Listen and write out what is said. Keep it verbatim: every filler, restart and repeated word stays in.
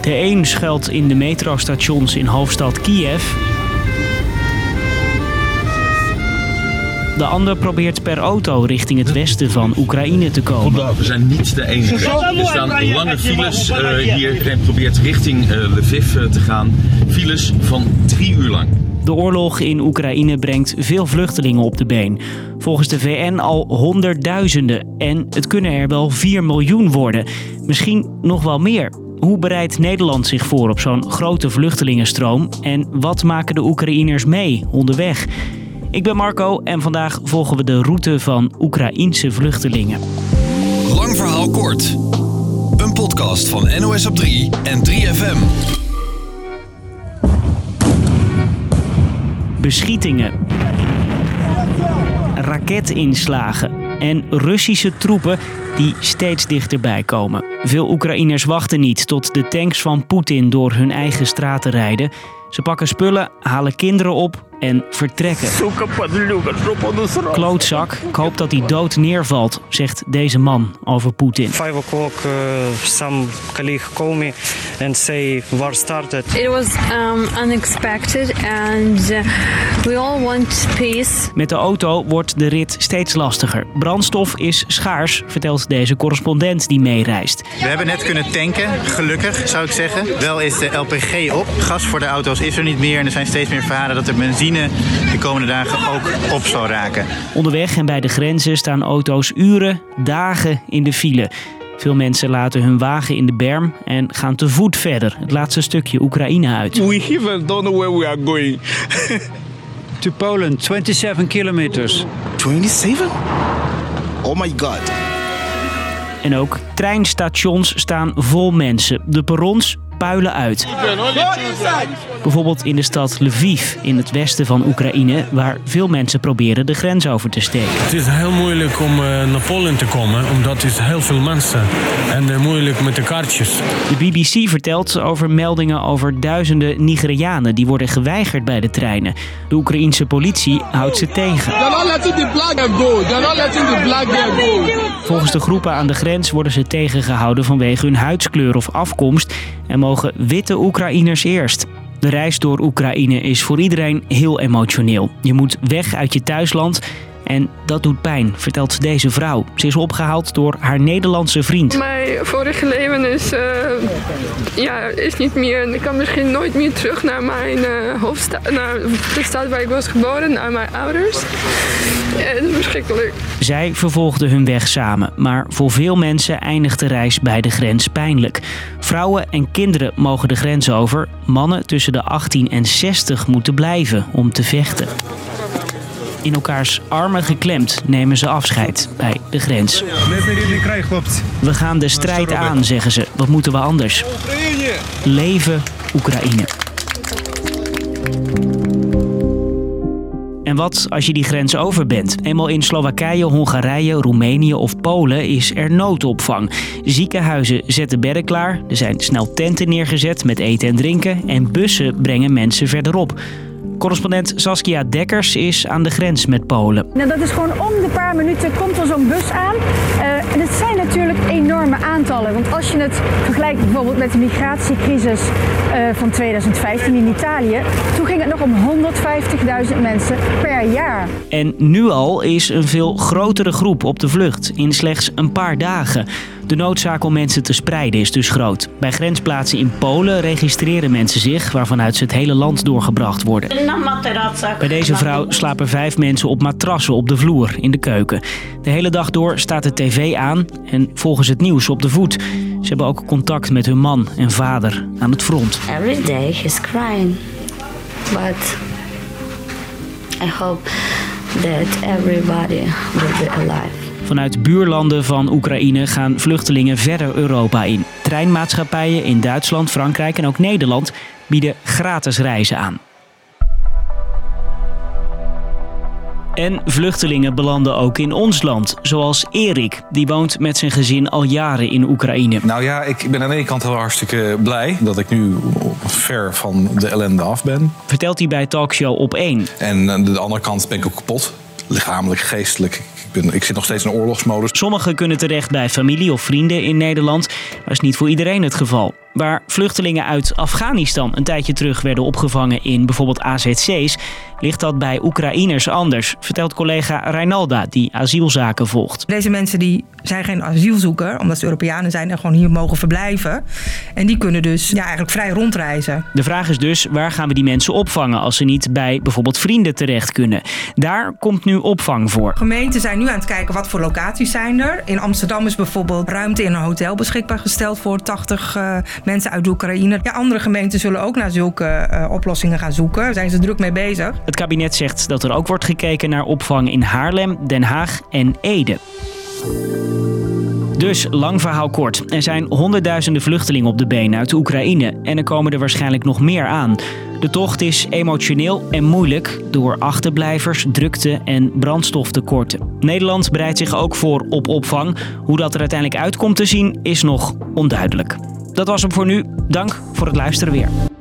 De een schuilt in de metrostations in hoofdstad Kiev. De ander probeert per auto richting het westen van Oekraïne te komen. We zijn niet de enige. Er staan lange files uh, hier. Iedereen probeert richting uh, Lviv uh, te gaan. Files van drie uur lang. De oorlog in Oekraïne brengt veel vluchtelingen op de been. Volgens de V N al honderdduizenden. En het kunnen er wel vier miljoen worden. Misschien nog wel meer. Hoe bereidt Nederland zich voor op zo'n grote vluchtelingenstroom? En wat maken de Oekraïners mee onderweg? Ik ben Marco en vandaag volgen we de route van Oekraïense vluchtelingen. Lang verhaal kort. Een podcast van N O S op drie en drie F M. Beschietingen, raketinslagen en Russische troepen die steeds dichterbij komen. Veel Oekraïners wachten niet tot de tanks van Poetin door hun eigen straten rijden. Ze pakken spullen, halen kinderen op en vertrekken. Klootzak, ik hoop dat hij dood neervalt, zegt deze man over Poetin. Five o'clock, uh, some colleague call me and say war started. It was um, unexpected and uh, we all want peace. Met de auto wordt de rit steeds lastiger. Brandstof is schaars, vertelt deze correspondent die meereist. We hebben net kunnen tanken, gelukkig zou ik zeggen. Wel is de L P G op. Gas voor de auto's is er niet meer en er zijn steeds meer verhalen dat de benzine de komende dagen ook op zal raken. Onderweg en bij de grenzen staan auto's uren, dagen in de file. Veel mensen laten hun wagen in de berm en gaan te voet verder, het laatste stukje Oekraïne uit. We even don't know where we are going. To Poland, twenty-seven kilometers. twenty-seven? Oh my god. En ook treinstations staan vol mensen. De perrons puilen uit. Bijvoorbeeld in de stad Lviv in het westen van Oekraïne, waar veel mensen proberen de grens over te steken. Het is heel moeilijk om uh, naar Polen te komen, omdat het heel veel mensen en uh, moeilijk met de kaartjes. De B B C vertelt over meldingen over duizenden Nigerianen die worden geweigerd bij de treinen. De Oekraïense politie houdt ze tegen. Volgens de groepen aan de grens worden ze tegengehouden vanwege hun huidskleur of afkomst en mogen witte Oekraïners eerst. De reis door Oekraïne is voor iedereen heel emotioneel. Je moet weg uit je thuisland en dat doet pijn, vertelt deze vrouw. Ze is opgehaald door haar Nederlandse vriend. Mijn vorige leven is, uh, ja, is niet meer en ik kan misschien nooit meer terug naar mijn uh, hoofdstad, naar de stad waar ik was geboren, naar mijn ouders. Ja, het is verschrikkelijk. Zij vervolgden hun weg samen, maar voor veel mensen eindigt de reis bij de grens pijnlijk. Vrouwen en kinderen mogen de grens over. Mannen tussen de achttien en zestig moeten blijven om te vechten. In elkaars armen geklemd nemen ze afscheid bij de grens. We gaan de strijd aan, zeggen ze. Wat moeten we anders? Leven Oekraïne. En wat als je die grens over bent? Eenmaal in Slowakije, Hongarije, Roemenië of Polen is er noodopvang. Ziekenhuizen zetten bedden klaar. Er zijn snel tenten neergezet met eten en drinken. En bussen brengen mensen verderop. Correspondent Saskia Dekkers is aan de grens met Polen. Nou, dat is gewoon om de paar minuten komt er zo'n bus aan. Uh, en het zijn natuurlijk enorme aantallen. Want als je het vergelijkt bijvoorbeeld met de migratiecrisis uh, van twintig vijftien in Italië. Toen ging het nog om honderdvijftigduizend mensen per jaar. En nu al is een veel grotere groep op de vlucht in slechts een paar dagen. De noodzaak om mensen te spreiden is dus groot. Bij grensplaatsen in Polen registreren mensen zich, waarvanuit ze het hele land doorgebracht worden. Bij deze vrouw slapen vijf mensen op matrassen op de vloer in de keuken. De hele dag door staat de tv aan en volgen ze het nieuws op de voet. Ze hebben ook contact met hun man en vader aan het front. Every day he's crying, but I hope that everybody will be alive. Vanuit buurlanden van Oekraïne gaan vluchtelingen verder Europa in. Treinmaatschappijen in Duitsland, Frankrijk en ook Nederland bieden gratis reizen aan. En vluchtelingen belanden ook in ons land, zoals Erik. Die woont met zijn gezin al jaren in Oekraïne. Nou ja, ik ben aan de ene kant heel hartstikke blij dat ik nu ver van de ellende af ben. Vertelt hij bij talkshow Op één. En aan de andere kant ben ik ook kapot. Lichamelijk, geestelijk. Ik, ben, ik zit nog steeds in oorlogsmodus. Sommigen kunnen terecht bij familie of vrienden in Nederland. Maar is niet voor iedereen het geval. Waar vluchtelingen uit Afghanistan een tijdje terug werden opgevangen in bijvoorbeeld A Z C's, ligt dat bij Oekraïners anders, vertelt collega Reinalda, die asielzaken volgt. Deze mensen die zijn geen asielzoeker, omdat ze Europeanen zijn en gewoon hier mogen verblijven. En die kunnen dus ja, eigenlijk vrij rondreizen. De vraag is dus, waar gaan we die mensen opvangen als ze niet bij bijvoorbeeld vrienden terecht kunnen? Daar komt nu opvang voor. Gemeenten zijn nu aan het kijken wat voor locaties zijn er. In Amsterdam is bijvoorbeeld ruimte in een hotel beschikbaar gesteld voor tachtig uh, mensen uit Oekraïne. Ja, andere gemeenten zullen ook naar zulke uh, oplossingen gaan zoeken. Daar zijn ze druk mee bezig. Het kabinet zegt dat er ook wordt gekeken naar opvang in Haarlem, Den Haag en Ede. Dus, lang verhaal kort. Er zijn honderdduizenden vluchtelingen op de been uit Oekraïne en er komen er waarschijnlijk nog meer aan. De tocht is emotioneel en moeilijk door achterblijvers, drukte en brandstoftekorten. Nederland bereidt zich ook voor op opvang. Hoe dat er uiteindelijk uitkomt te zien is nog onduidelijk. Dat was hem voor nu. Dank voor het luisteren weer.